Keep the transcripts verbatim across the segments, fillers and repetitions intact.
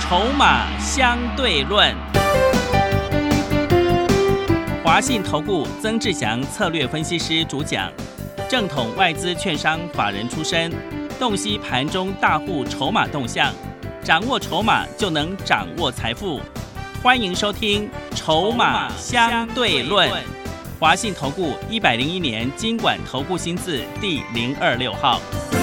筹码相对论。华信投顾曾志祥策略分析师主讲，正统外资券商法人出身，洞悉盘中大户筹码动向，掌握筹码就能掌握财富。欢迎收听《筹码相对论》。华信投顾一百零一年金管投顾新字第零二六号。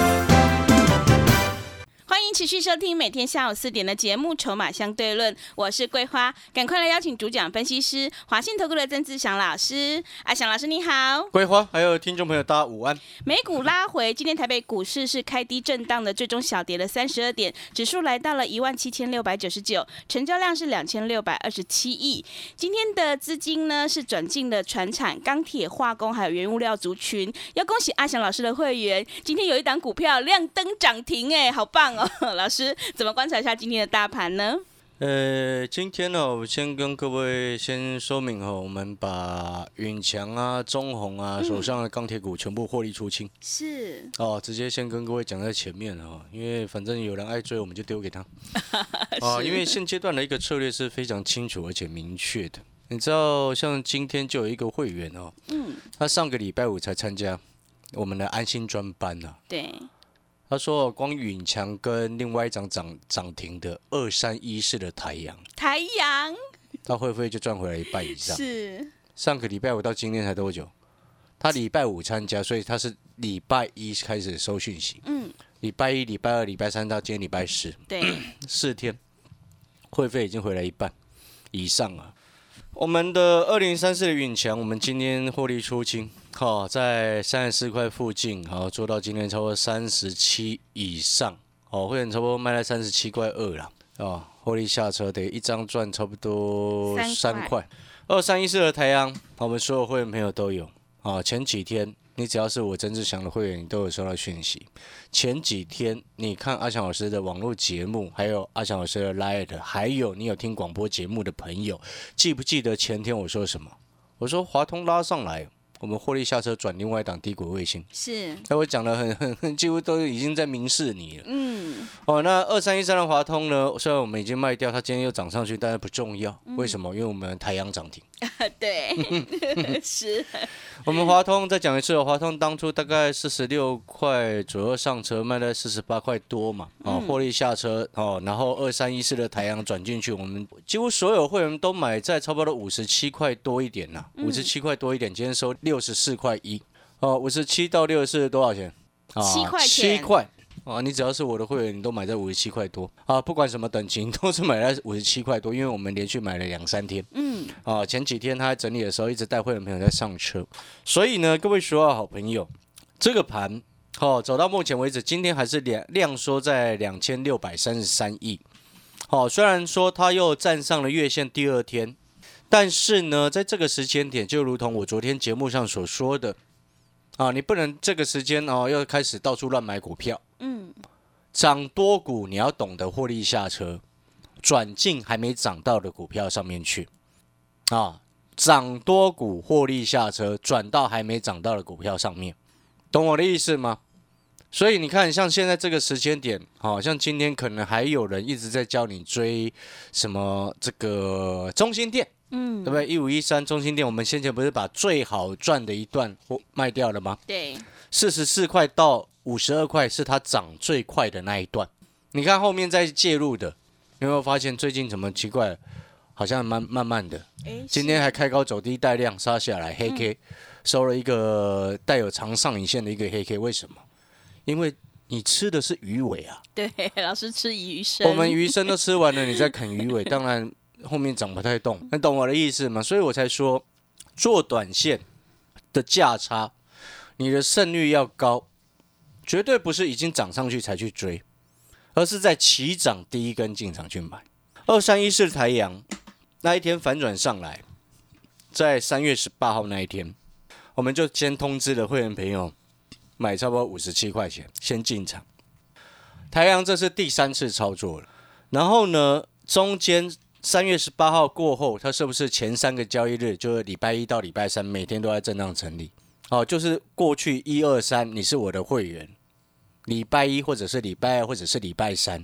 欢迎持续收听每天下午四点的节目《筹码相对论》，我是桂花，赶快来邀请主讲分析师华信投顾的曾志祥老师。阿祥老师你好。 桂花还有听众朋友大家午安。 美股拉回，今天台北股市是开低震荡的，最终小跌了三十二点，指数来到了一万七千六百九十九，成交量是两千六百二十七亿。今天的资金呢是转进了传产、钢铁、化工还有原物料族群。要恭喜阿祥老师的会员，今天有一档股票亮灯涨停，哎，好棒哦！老师怎么观察一下今天的大盘呢？ 呃，今天呢，我先跟各位先说明哈，我们把允强啊、中鸿啊、手上的钢铁股全部获利出清。 是哦，直接先跟各位讲在前面哈，因为反正有人爱追，我们就丢给他。啊，因为现阶段的一个策略是非常清楚而且明确的。你知道，像今天就有一个会员哦，嗯，他上个礼拜五才参加我们的安心专班啊， 对。 他说：“光允强跟另外一张涨涨停的二三一四的台阳， 台阳， 他会不会就赚回来一半以上？ 是上个礼拜五到今天才多久？他礼拜五参加，所以他是礼拜一开始收讯息。嗯，礼拜一、礼拜二、礼拜三到今天礼拜四， 对， 四天，会费已经回来一半以上了。我们的二零三四的允强，我们今天获利出清。”好，在三十四块附近，好做到今天超过三十七以上，哦，会员差不多卖在三十七块二了，哦，获利下车得一张赚差不多三块。二三一四的台阳，我们所有会员朋友都有，啊，前几天你只要是我曾志祥的会员，你都有收到讯息。前几天你看阿翔老师的网络节目，还有阿翔老师的 Light， 还有你有听广播节目的朋友，记不记得前天我说什么？我说华通拉上来。我们获利下车转另外一档低轨卫星， 是， 那我讲的很很很，几乎都已经在明示你了。 嗯， 哦，那二三一三的华通呢？虽然我们已经卖掉，它今天又涨上去，但是不重要。嗯、为什么？因为我们台阳涨停。 对，是。 我们华通再讲一次，华通当初大概四十六块左右上车，卖在四十八块多嘛，哦，获利下车哦，然后二三一四的台阳转进去，我们几乎所有会员都买在差不多五十七块多一点呐，五十七块多一点，今天收六十四块一，哦，五十七到六十四多少钱？ 啊，七块钱。 七块。啊，你只要是我的会员，你都买在五十七块多啊！不管什么等级，你都是买在五十七块多，因为我们连续买了两三天。嗯，啊，前几天他在整理的时候，一直带会员朋友在上车，所以呢，各位所有好朋友，这个盘，哦，走到目前为止，今天还是量量缩在两千六百三十三亿。好，虽然说它又站上了月线第二天，但是呢，在这个时间点，就如同我昨天节目上所说的。啊，你不能这个时间哦，又开始到处乱买股票。嗯，涨多股你要懂得获利下车，转进还没涨到的股票上面去。啊，涨多股获利下车，转到还没涨到的股票上面，懂我的意思吗？所以你看，像现在这个时间点，好、哦、像今天可能还有人一直在教你追什么这个中兴电。嗯，对不对？一五一三中兴电，我们先前不是把最好赚的一段卖掉了吗？ 对， 四十四块到五十二块是它涨最快的那一段。你看后面再介入的，有没有发现最近怎么奇怪？好像慢慢慢的，今天还开高走低带量杀下来，黑 K、嗯、收了一个带有长上影线的一个黑 K， 为什么？因为你吃的是鱼尾啊。 对，老师吃鱼身， 我们鱼身都吃完了，你再啃鱼尾，当然。后面涨不太动，你懂我的意思吗？所以我才说，做短线的价差，你的胜率要高，绝对不是已经涨上去才去追，而是在起涨第一根进场去买。二三一四台阳那一天反转上来，在三月十八号那一天，我们就先通知了会员朋友买差不多五十七块钱，先进场。台阳这是第三次操作了，然后呢，中间。三月十八号过后，它是不是前三个交易日，就是礼拜一到礼拜三，每天都在震荡整理？哦，就是过去一二三，你是我的会员，礼拜一或者是礼拜二或者是礼拜三，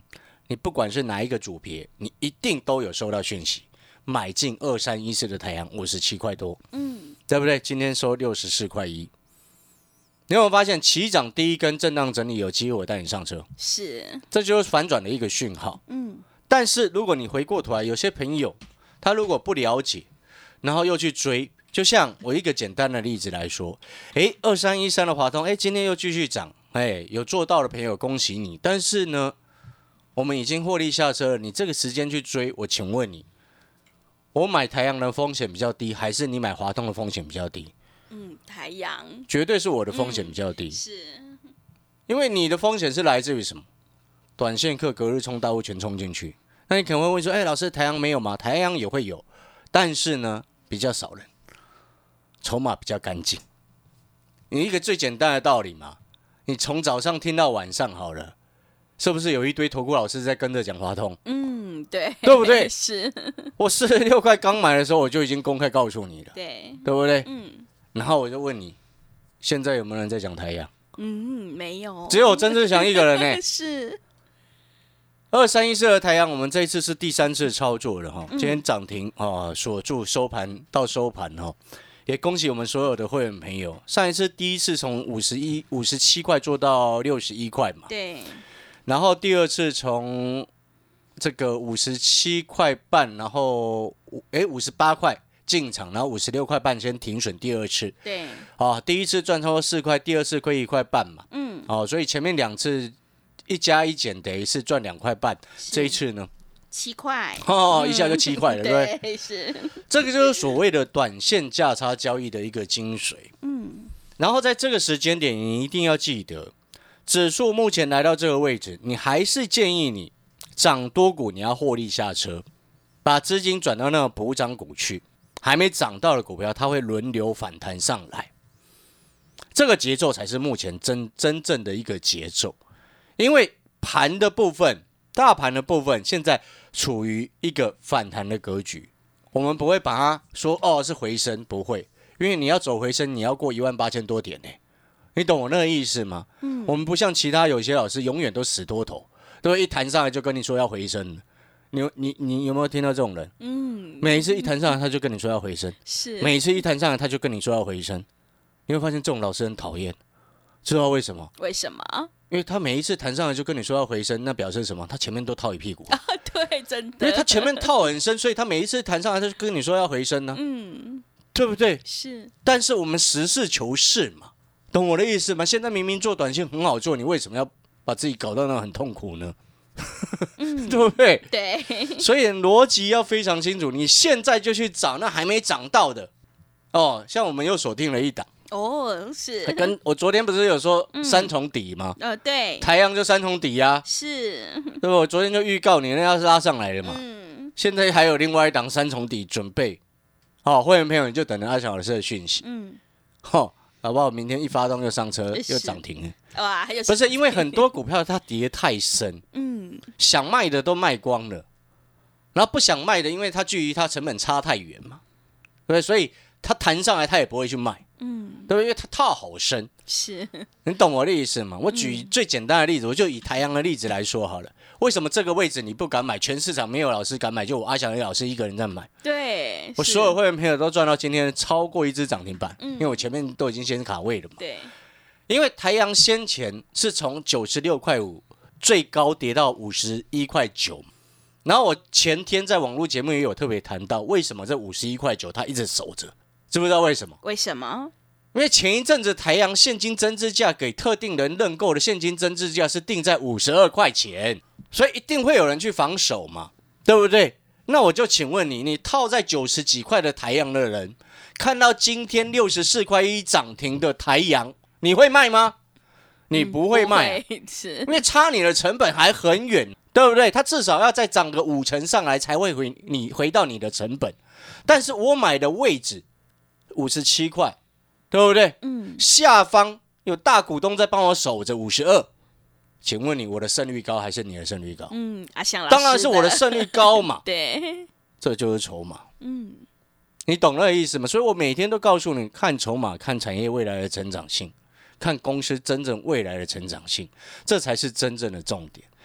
你不管是哪一个组别，你一定都有收到讯息，买进二三一四的台阳五十七块多，嗯，对不对？今天收六十四块一。你有没有发现起涨第一根震荡整理有机会我带你上车？ 是， 这就是反转的一个讯号。嗯，但是如果你回过头来，有些朋友他如果不了解，然后又去追，就像我一个简单的例子来说，诶，二三一三的华通，诶，今天又继续涨，诶，有做到的朋友恭喜你。但是呢，我们已经获利下车了，你这个时间去追，我请问你，我买台阳的风险比较低，还是你买华通的风险比较低？ 嗯，台阳绝对是我的风险比较低， 嗯、是， 因为你的风险是来自于什么？短线客隔日冲大户全冲进去，那你可能会问说，哎，老师，台阳没有吗？台阳也会有，但是呢，比较少人，筹码比较干净。你一个最简单的道理嘛，你从早上听到晚上好了，是不是有一堆投顾老师在跟着讲华通？ 嗯，对， 对不对？ 是， 我四十六块刚买的时候，我就已经公开告诉你了， 对， 对不对？ 嗯。 然后我就问你，现在有没有人在讲台阳？ 嗯，没有， 只有曾志祥一个人呢、欸。 是二三一四的台阳，我们这一次是第三次操作了哈。今天涨停啊，锁住收盘到收盘哈，也恭喜我们所有的会员朋友。上一次第一次从五十一、五十七块做到六十一块嘛， 对。 然后第二次从这个五十七块半，然后哎五十八块。进场，然后五十六块半先停损，第二次， 对， 哦，第一次赚超过四块，第二次亏一块半嘛，嗯，哦，所以前面两次一加一减等于是赚两块半，这一次呢， 七块， 哦，一下就七块了，对不对？是， 这个就是所谓的短线价差交易的一个精髓，嗯，然后在这个时间点，你一定要记得，指数目前来到这个位置，你还是建议你涨多股你要获利下车，把资金转到那个补涨股去。还没涨到的股票，它会轮流反弹上来，这个节奏才是目前真真正的一个节奏。因为盘的部分，大盘的部分，现在处于一个反弹的格局，我们不会把它说哦是回升，不会，因为你要走回升，你要过一万八千多点呢，你懂我那个意思吗？嗯，我们不像其他有些老师永远都死多头，都一弹上来就跟你说要回升了。你你你有没有听到这种人？嗯，每一次一弹上来他就跟你说要回升， 是每一次一弹上来他就跟你说要回升，你会发现这种老师很讨厌，知道为什么？ 为什么？ 因为他每一次弹上来就跟你说要回升，那表示什么？他前面都套一屁股啊，对，真的， 因为他前面套很深，所以他每一次弹上来他就跟你说要回升呢、啊，嗯，对不对？ 是，但是我们实事求是嘛，懂我的意思吗？现在明明做短线很好做，你为什么要把自己搞到那很痛苦呢？嗯、对不对？ 对， 所以逻辑要非常清楚。你现在就去找那还没涨到的哦，像我们又锁定了一档哦，是跟我昨天不是有说三重底吗？ 嗯、呃，对， 台阳就三重底啊， 是， 对不？我昨天就预告你那要是拉上来了嘛，嗯，现在还有另外一档三重底准备，好、哦，会员朋友你就等着阿翔老师的讯息，嗯，好、哦，好不好？明天一发动又上车又涨停了。 哇，还有不是因为很多股票它跌太深，嗯，想卖的都卖光了，然后不想卖的，因为它距离它成本差太远嘛，对不对？所以它弹上来它也不会去卖，嗯，对不对？因为它套好深， 是， 你懂我的意思吗？我举最简单的例子，我就以台阳的例子来说好了。为什么这个位置你不敢买？全市场没有老师敢买，就我阿翔老师一个人在买。 对， 我所有会员朋友都赚到今天超过一只涨停板，嗯，因为我前面都已经先卡位了嘛。 对。 因为台阳先前是从九十六块五最高跌到五十一块九，然后我前天在网络节目也有特别谈到，为什么这五十一块九它一直守着，知不知道为什么？ 为什么？ 因为前一阵子台阳现金增资价给特定人认购的现金增资价是定在五十二块钱，所以一定会有人去防守嘛，对不对？那我就请问你，你套在九十几块的台阳的人，看到今天六十四块一涨停的台阳，你会卖吗？你不会卖、啊嗯、会因为差你的成本还很远，对不对？它至少要再涨个五成上来才会回你回到你的成本。但是我买的位置五十七块，对不对？嗯。下方有大股东在帮我守着五十二，请问你我的胜率高还是你的胜率高？ 嗯，阿翔老师， 当然是我的胜率高嘛。 对， 这就是筹码。嗯。你懂那个意思吗？所以我每天都告诉你，看筹码，看产业未来的成长性，看公司真正未来的成长性，这才是真正的重点。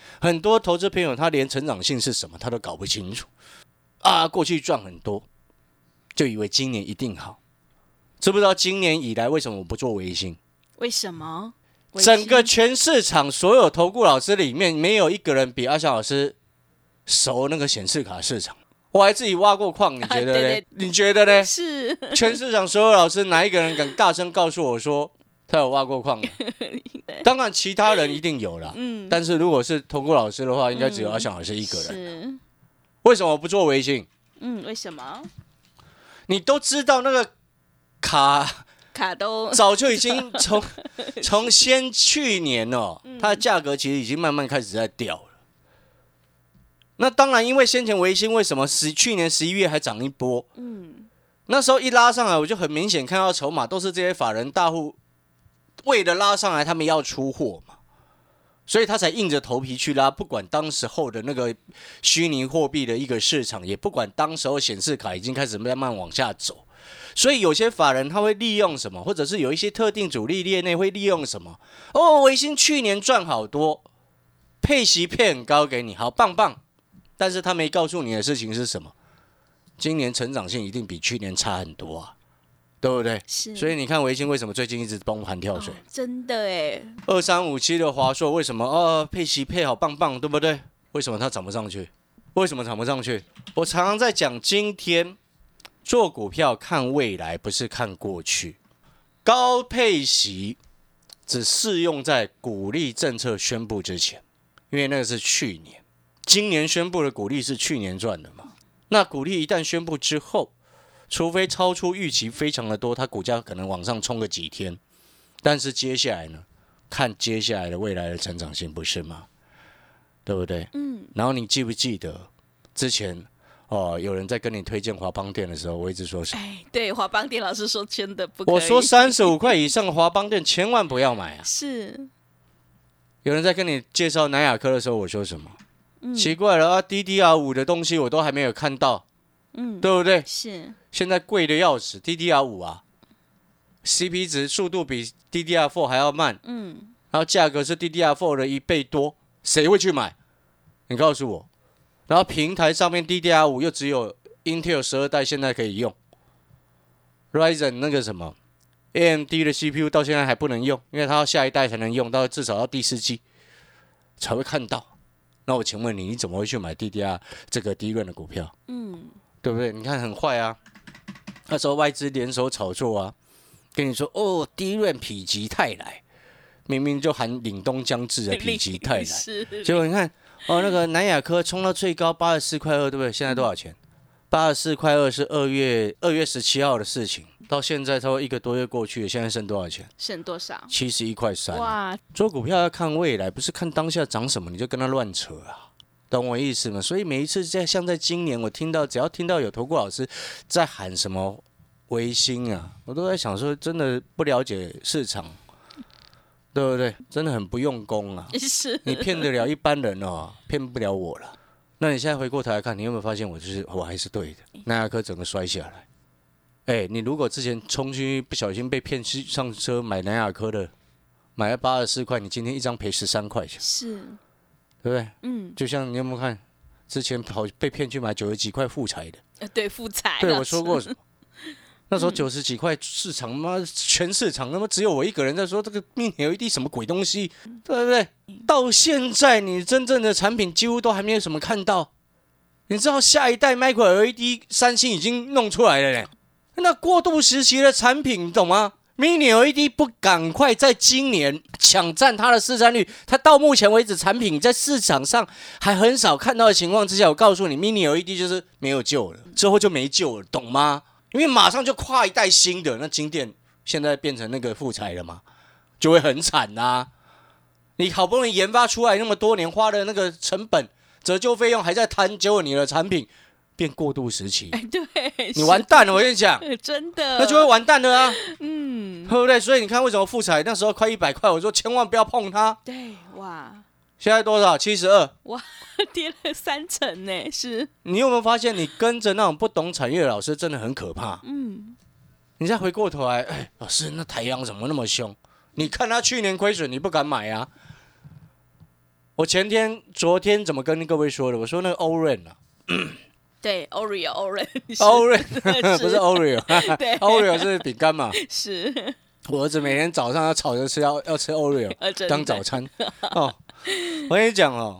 很多投资朋友他连成长性是什么他都搞不清楚啊，过去赚很多，就以为今年一定好。知不知道今年以来为什么我不做微星？ 为什么？ 整个全市场所有投顾老师里面，没有一个人比阿翔老师熟那个显示卡市场。我还自己挖过矿，你觉得呢？啊、对对你觉得呢？ 是全市场所有老师哪一个人敢大声告诉我说他有挖过矿？当然其他人一定有啦，嗯，但是如果是投顾老师的话，应该只有阿翔老师一个人。是，为什么我不做微信？ 嗯，为什么？ 你都知道那个卡卡都早就已经从从先去年哦，它的价格其实已经慢慢开始在掉了。那当然，因为先前微星为什么十去年十一月还涨一波？嗯，那时候一拉上来，我就很明显看到筹码都是这些法人大户为了拉上来，他们要出货嘛，所以他才硬着头皮去拉。不管当时候的那个虚拟货币的一个市场，也不管当时候显示卡已经开始慢慢往下走，所以有些法人他会利用什么，或者是有一些特定主力链内会利用什么？哦，微星去年赚好多，配息配很高给你，好棒棒。但是他没告诉你的事情是什么？今年成长性一定比去年差很多啊，对不对？ 是。 所以你看微星为什么最近一直崩盘跳水？ 哦、真的哎。 二三五七的华硕为什么哦配息配好棒棒，对不对？为什么它涨不上去？为什么涨不上去？我常常在讲，今天做股票看未来，不是看过去。高配息只适用在股利政策宣布之前，因为那个是去年。今年宣布的股利是去年赚的嘛？那股利一旦宣布之后，除非超出预期非常的多，它股价可能往上冲个几天。但是接下来呢，看接下来的未来的成长性，不是吗？对不对？嗯。然后你记不记得之前哦，有人在跟你推荐华邦电的时候，我一直说什么？ 哎，对，华邦电老师说真的不可以。 我说三十五块以上的华邦电千万不要买啊！ 是。 有人在跟你介绍南亚科的时候，我说什么？奇怪了啊 ，D D R 五 的东西我都还没有看到，嗯，对不对？ 是， 现在贵的要死 ，D D R 五 啊 ，C P 值速度比 D D R 四 还要慢，嗯，然后价格是 D D R 四 的一倍多，谁会去买？你告诉我。然后平台上面 D D R 五 又只有 Intel 十二代现在可以用 ，Ryzen 那个什么 A M D 的 C P U 到现在还不能用，因为它要下一代才能用，到至少要第四季才会看到。那我请问你，你怎么会去买 D D R 这个低润的股票？嗯，对不对？你看很坏啊，那时候外资联手炒作啊，跟你说哦，低润否极泰来，明明就含凛冬将至的否极泰来，结果你看哦，那个南亚科冲到最高八十四块二，对不对？现在多少钱？八十四块二是二月二月十七号的事情，到现在差不多一个多月过去了，现在剩多少钱？ 剩多少？ 七十一块三。 哇！ 做股票要看未来，不是看当下涨什么你就跟他乱扯啊，懂我意思吗？所以每一次在像在今年，我听到只要听到有投顾老师在喊什么微星啊，我都在想说，真的不了解市场，对不对？真的很不用功啊！ 是， 你骗得了一般人哦，骗不了我了。那你现在回过头来看，你有没有发现我就是我还是对的？南亚科整个摔下来，哎，你如果之前冲去不小心被骗去上车买南亚科的，买了八十四块，你今天一张赔十三块钱， 是， 对不对？嗯，就像你有没有看之前跑被骗去买九十几块富彩的？ 呃，对，富彩， 对我说过什么？那时候九十几块市场妈全市场他妈只有我一个人在说这个 mini L E D 什么鬼东西，对不对？到现在你真正的产品几乎都还没有什么看到。你知道下一代 micro L E D 三星已经弄出来了嘞，那过渡时期的产品你懂吗？ mini L E D 不赶快在今年抢占它的市占率，它到目前为止产品在市场上还很少看到的情况之下，我告诉你 mini L E D 就是没有救了，之后就没救了，懂吗？因为马上就跨一代新的，那晶电现在变成那个富彩了嘛，就会很惨啊！你好不容易研发出来那么多年，花的那个成本、折旧费用还在摊，结果你的产品变过渡时期， 哎，对， 你完蛋了！我跟你讲， 真的， 那就会完蛋了啊！嗯，对不对？所以你看，为什么富彩那时候快一百块，我说千万不要碰它。 对，哇， 现在多少？七十二， 哇，跌了三成呢！是， 你有没有发现，你跟着那种不懂产业的老师真的很可怕？嗯，你再回过头来，哎，老师，那台阳怎么那么凶？你看他去年亏损，你不敢买啊？ 我前天、昨天怎么跟各位说的？我说那个 Oreo 啊， 对 Oreo Orange Oreo 不是 Oreo， 对 Oreo 是饼干嘛？ 是。 我儿子每天早上要吵着吃，要要吃 Oreo 当早餐。哦，我跟你讲哦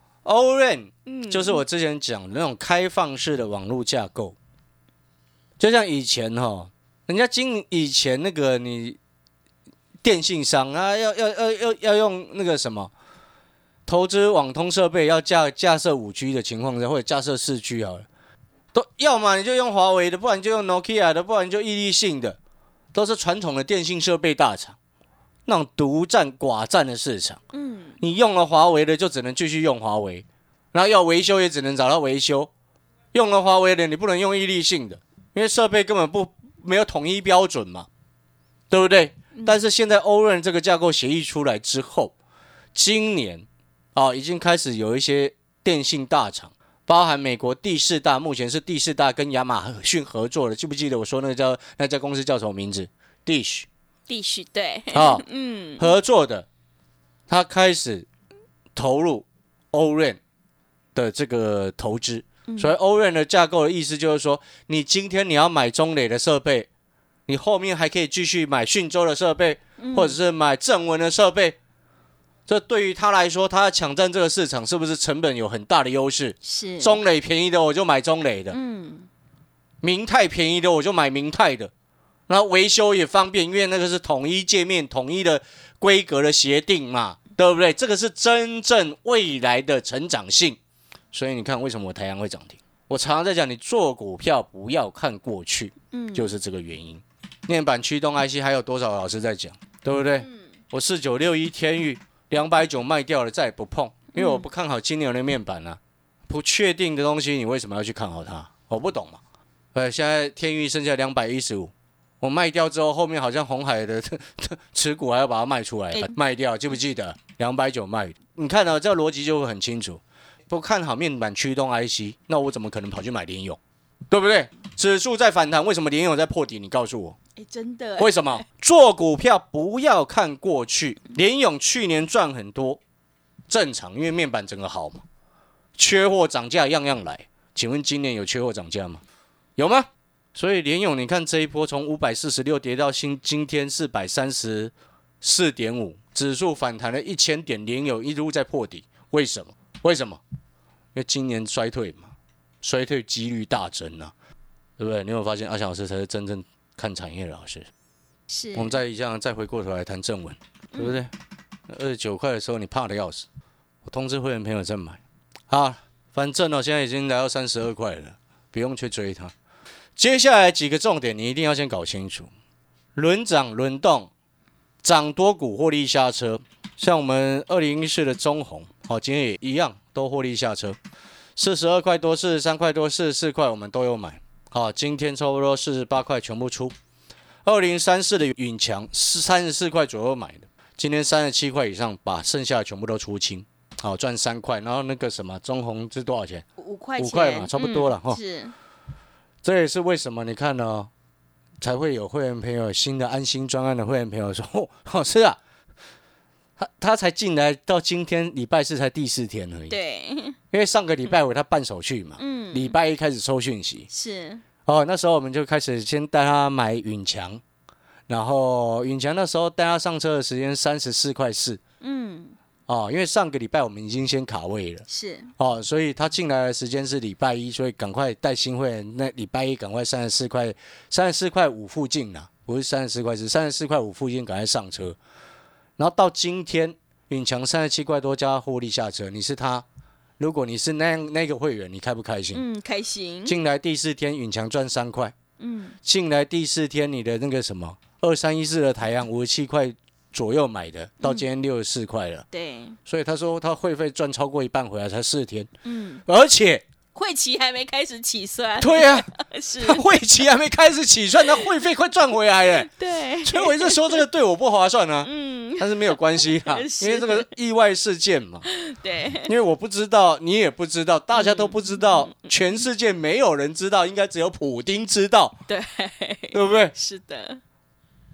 ，Oreo 就是我之前讲的那种开放式的网络架构，就像以前哈、哦，人家经以前那个你电信商啊，要要要要要用那个什么。投资网通设备要架架设五 G 的情况下，或者架设四 G 好了，都要么你就用华为的，不然你就用 Nokia 的，不然你就易利信的，都是传统的电信设备大厂，那种独占寡占的市场。嗯，你用了华为的就只能继续用华为，然后要维修也只能找到维修。用了华为的你不能用易利信的，因为设备根本不没有统一标准嘛，对不对？嗯、但是现在 O R A N 这个架构协议出来之后，今年。哦，已经开始有一些电信大厂，包含美国第四大，目前是第四大跟亚马逊合作的，记不记得我说那个叫那家公司叫什么名字 ？Dish。Dish 对。 啊、哦，嗯，合作的，他开始投入 O R A N 的这个投资，嗯、所以 O R A N 的架构的意思就是说，你今天你要买中磊的设备，你后面还可以继续买讯州的设备，嗯、或者是买正文的设备。这对于他来说，他要抢占这个市场，是不是成本有很大的优势？ 是。 中磊便宜的我就买中磊的，嗯。明泰便宜的我就买明泰的，然后维修也方便，因为那个是统一界面、统一的规格的协定嘛，对不对？这个是真正未来的成长性。所以你看，为什么我台阳会涨停？我常常在讲，你做股票不要看过去，嗯，就是这个原因。面板驱动 I C 还有多少老师在讲，对不对？嗯、我四九六一天钰。两百九卖掉了，再也不碰，因为我不看好今年的面板啊，不确定的东西，你为什么要去看好它？我不懂嘛。呃，现在天钰剩下两百一十五，我卖掉之后，后面好像鸿海的持股还要把它卖出来，欸、卖掉，记不记得？两百九卖，你看到、啊、这个逻辑就会很清楚。不看好面板驱动 I C， 那我怎么可能跑去买联咏？对不对？指数在反弹，为什么联咏在破底？你告诉我。 欸、真的？ 为什么？做股票不要看过去。联咏去年赚很多，正常，因为面板整个好嘛，缺货涨价样样来。请问今年有缺货涨价吗？有吗？所以联咏，你看这一波从五百四十六跌到新今天四百三十四点五，指数反弹了一千点，联咏一路在破底，为什么？为什么？因为今年衰退嘛，衰退几率大增啊，对不对？你有没有发现阿翔老师才是真正看产业的老师？ 是。 我们再一样再回过头来谈正文，对不对？二十九块的时候你怕的要死，我通知会员朋友再买。好，反正哦，现在已经来到三十二块了，不用去追它。接下来几个重点你一定要先搞清楚：轮涨轮动，涨多股获利下车。像我们二零一四的中红，好，今天也一样都获利下车，四十二块多、四十三块多、四十四块我们都有买。好，今天差不多四十八块全部出。二零三四的允强是三十四块左右买的，今天三十七块以上，把剩下的全部都出清，好赚三块。然后那个什么中红是多少钱？ 五块钱， 五块嘛，差不多了哈、 嗯。是， 这也是为什么你看呢，才会有会员朋友新的安心专案的会员朋友说，哦，老师啊，他他才进来到今天礼拜四才第四天而已。 对， 因为上个礼拜五他办手续嘛，嗯，礼拜一开始收讯息， 是。 哦，那时候我们就开始先带他买允强，然后允强那时候带他上车的时间三十四块四，嗯，哦，因为上个礼拜我们已经先卡位了， 是， 哦，所以他进来的时间是礼拜一，所以赶快带新会员，那礼拜一赶快三十四块，三十四块五附近啦，不是三十四块四，三十四块五附近赶快上车，然后到今天允强三十七块多加获利下车，你是他。如果你是那那个会员，你开不开心？ 嗯，开心。 进来第四天，允强赚三块。嗯，进来第四天，你的那个什么二三一四的台阳五十七块左右买的，到今天六十四块了。 对。 所以他说他会费赚超过一半回来才四天。嗯。而且会期还没开始起算。 对呀、 啊，是。 他会期还没开始起算，他会费快赚回来了。 对。 所以我一直说这个对我不划算啊。嗯。但是没有关系啊，因为这个意外事件嘛。 对。 因为我不知道，你也不知道，大家都不知道，嗯、全世界没有人知道，应该只有普丁知道。 对。 对不对？ 是的。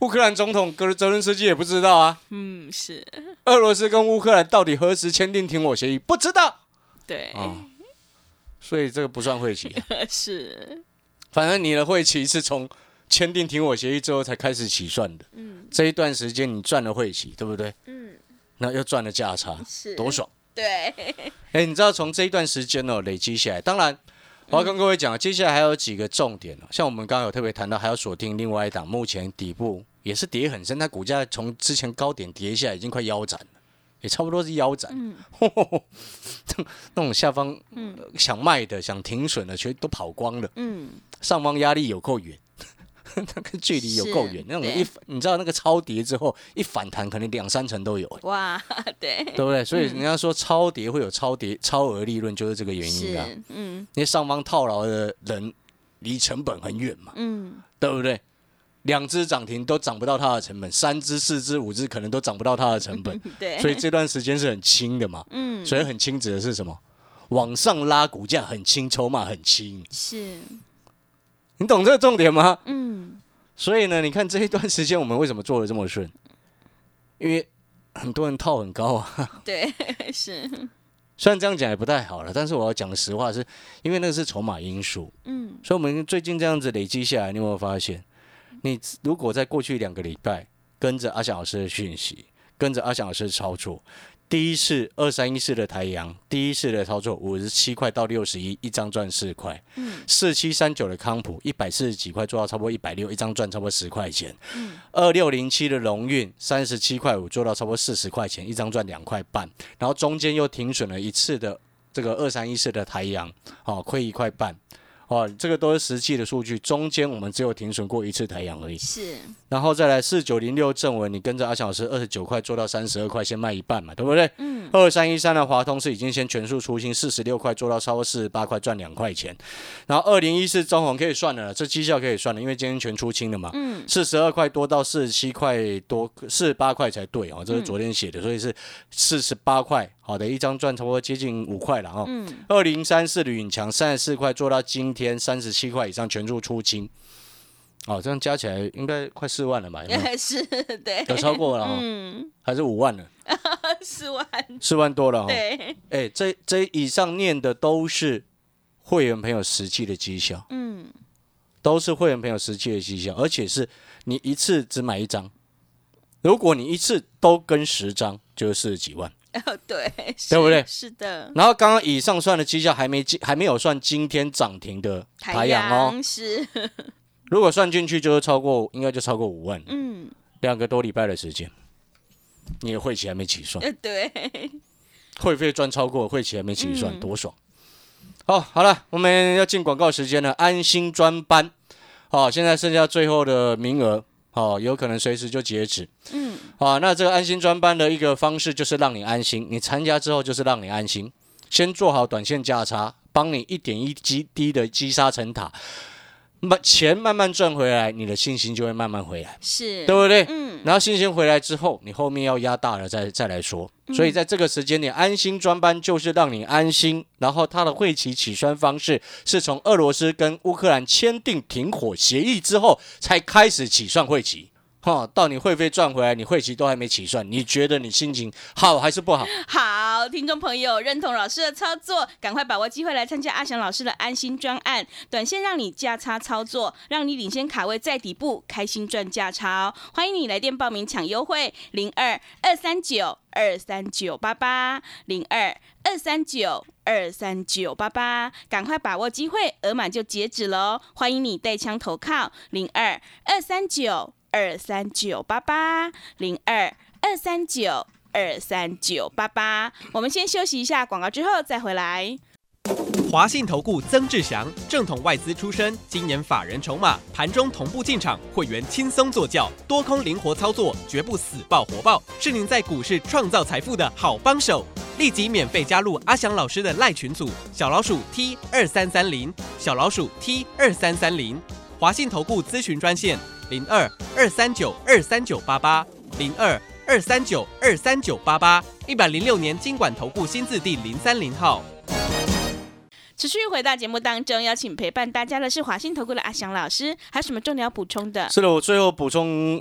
乌克兰总统泽连斯基也不知道啊。 嗯，是。 俄罗斯跟乌克兰到底何时签订停火协议？不知道。 对。 哦，所以这个不算会期。 是。 反正你的会期是从签订停火协议之后才开始起算的。嗯。这一段时间你赚了会期，对不对？嗯。那又赚了价差，是多爽。 对。 哎，你知道从这一段时间哦累积下来，当然。我要跟各位讲，接下来还有几个重点，像我们刚刚有特别谈到，还要锁定另外一档，目前底部也是跌很深，它股价从之前高点跌下来，已经快腰斩了，也差不多是腰斩。嗯、那种下方、嗯、想卖的、想停损的，全都跑光了。嗯、上方压力有够远。那个距离有够远，那种一你知道那个超跌之后一反弹，可能两三成都有。哇，对，对不对？所以人家说超跌会有超跌、超额利润，就是这个原因啊。嗯，因为上方套牢的人离成本很远嘛，嗯，对不对？两只涨停都涨不到它的成本，三只、四只、五只可能都涨不到它的成本。对，所以这段时间是很轻的嘛。嗯，所以很轻指的是什么？往上拉股价很轻，筹码很轻。是。你懂这个重点吗？嗯，所以呢，你看这一段时间我们为什么做的这么顺？因为很多人套很高啊。对，是。虽然这样讲也不太好了，但是我要讲的实话是，因为那个是筹码因素。嗯，所以我们最近这样子累积下来，你有没有发现？你如果在过去两个礼拜跟着阿翔老师的讯息，跟着阿翔老师的操作。第一次二三一四的台阳，第一次的操作五十七块到六十一，一张赚四块。嗯，四七三九的康普一百四十几块做到差不多一百六，一张赚差不多十块钱。嗯，二六零七的荣运三十七块五做到差不多四十块钱，一张赚两块半。然后中间又停损了一次的这个二三一四的台阳，哦，亏一块半。哦，这个都是实际的数据，中间我们只有停损过一次台阳而已。是，然后再来四九零六正文，你跟着阿翔老师二十九块做到三十二块，先卖一半嘛，对不对？嗯。二三一三的华通是已经先全数出清，四十六块做到超过四十八块，赚两块钱。然后二零一四中宏可以算了，这绩效可以算了，因为今天全出清了嘛。嗯。四十二块多到四十七块多，四十八块才对哦，这是昨天写的，所以是四十八块。好的，一张赚差不多接近五块了哦。嗯。二零三四的允强三十四块做到今天三十七块以上全数出清。哦，这样加起来应该快四万了吧？有没有？是，对，有超过了哦，嗯，还是五万了？四万，四万多了哦。对，哎、欸，这这以上念的都是会员朋友实际的绩效，嗯，都是会员朋友实际的绩效，而且是你一次只买一张，如果你一次都跟十张，就是四十几万。哦，对，对不对？是的。然后刚刚以上算的绩效还没还没有算今天涨停的台阳哦，是。如果算进去，就是超过，应该就超过五万。嗯，两个多礼拜的时间，你的会期还没起算。对，会费赚超过，会期还没起算，嗯、多爽！好，好了，我们要进广告时间了。安心专班，好、哦，现在剩下最后的名额，好、哦，有可能随时就截止。嗯，好，那这个安心专班的一个方式就是让你安心，你参加之后就是让你安心，先做好短线价差，帮你一点一滴的积沙成塔。钱慢慢赚回来，你的信心就会慢慢回来，是对不对？嗯。然后信心回来之后，你后面要压大了再再来说。嗯、所以在这个时间点，安心专班就是让你安心。然后它的会期起算方式是从俄罗斯跟乌克兰签订停火协议之后才开始起算会期。哈，到你会费赚回来，你会期都还没起算，你觉得你心情好还是不好？ 好，听众朋友认同老师的操作，赶快把握机会来参加阿翔老师的安心专案，短线让你价差操作，让你领先卡位在底部，开心赚价差哦！欢迎你来电报名抢优惠，零二二三九二三九八八零二二三九二三九八八，赶快把握机会，额满就截止喽！欢迎你带枪投靠，零二二三九。二三九八八零二二三九二三九八八，我们先休息一下广告，之后再回来。 华信投顾曾志祥，正统外资出身，今年法人筹码，盘中同步进场，会员轻松做教，多空灵活操作，绝不死抱活抱，是您在股市创造财富的好帮手。立即免费加入阿翔老师的赖群组，小老鼠 T 二三三零，小老鼠 T 二三三零，华信投顾咨询专线。零二二三九二三九八八零二二三九二三九八八，一百零六年金管投顾新字第零三零号。 持续回到节目当中，邀请陪伴大家的是华信投顾的阿翔老师，还有什么重点要补充的？ 是的，我最后补充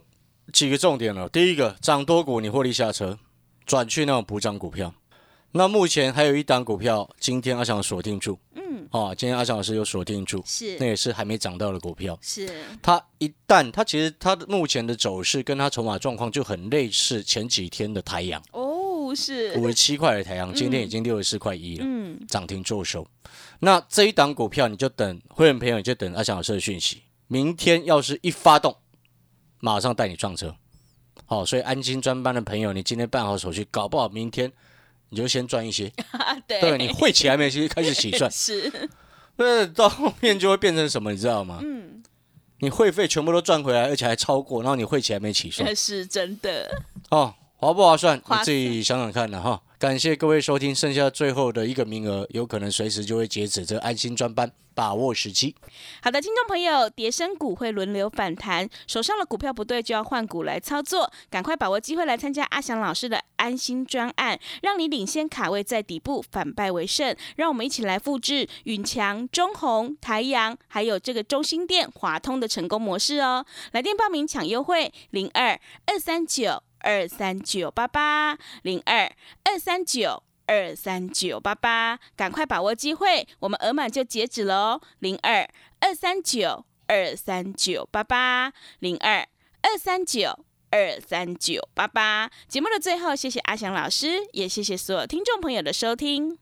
几个重点了。第一个，涨多股你获利下车，转去那种补涨股票。那目前还有一档股票，今天阿翔锁定住，嗯，哦，今天阿翔老师有锁定住， 是， 那也是还没涨到的股票， 是。 它一旦它其实它目前的走势跟它筹码状况就很类似前几天的台阳， 哦，是五十七块的台阳，今天已经六十四块一了， 嗯， 涨停做收。那这一档股票你就等会员朋友，你就等阿翔老师的讯息，明天要是一发动，马上带你撞车。好、哦，所以安心专班的朋友，你今天办好手续，搞不好明天你就先赚一些。 对， 对，你会期还没开始起算， 是， 那到后面就会变成什么，你知道吗？ 嗯， 你会费全部都赚回来，而且还超过，然后你会期还没起算， 是真的。 哦，划不划算？ 划算你自己想想看了哈。感谢各位收听，剩下最后的一个名额，有可能随时就会截止，这安心专班，把握时机。 好的，听众朋友，跌升股会轮流反弹，手上的股票不对就要换股来操作，赶快把握机会来参加阿翔老师的安心专案，让你领先卡位在底部，反败为胜。让我们一起来复制允强、中宏、台阳，还有这个中兴电、华通的成功模式哦。来电报名抢优惠，零二二三九二三九八八零二二三九二三九八八，赶快把握机会，我们额满就截止了哦。零二二三九二三九八八零二二三九二三九八八。节目的最后，谢谢阿翔老师，也谢谢所有听众朋友的收听。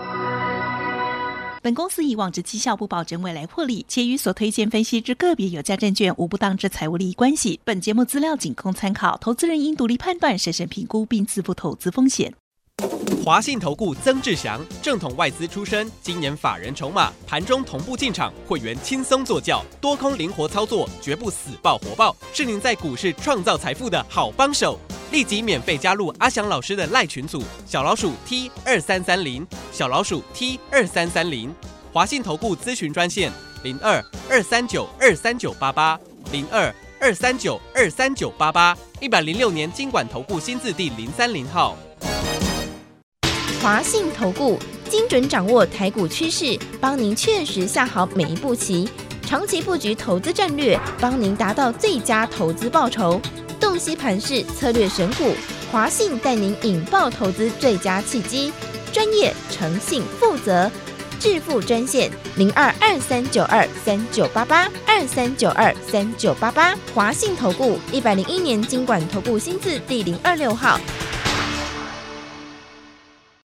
本公司以往之绩效不保证未来获利，且与所推荐分析之个别有价证券无不当之财务利益关系。本节目资料仅供参考，投资人应独立判断、审慎评估并自负投资风险。 华信投顾曾志祥，正统外资出身，今年法人筹码，盘中同步进场，会员轻松做教，多空灵活操作，绝不死抱活抱，是您在股市创造财富的好帮手。立即免费加入阿翔老师的赖群组，小老鼠 T 二三三零，小老鼠 T 二三三零。华信投顾咨询专线零二二三九二三九八八零二二三九二三九八八，一百零六年金管投顾新字第零三零号。 华信投顾精准掌握台股趋势，帮您确实下好每一步棋，长期布局投资战略，帮您达到最佳投资报酬。洞悉盘势，策略选股，华信带您引爆投资最佳契机，专业、诚信、负责，致富专线零二二三九二三九八八二三九二三九八八，华信投顾一百零一年金管投顾新字第零二六号。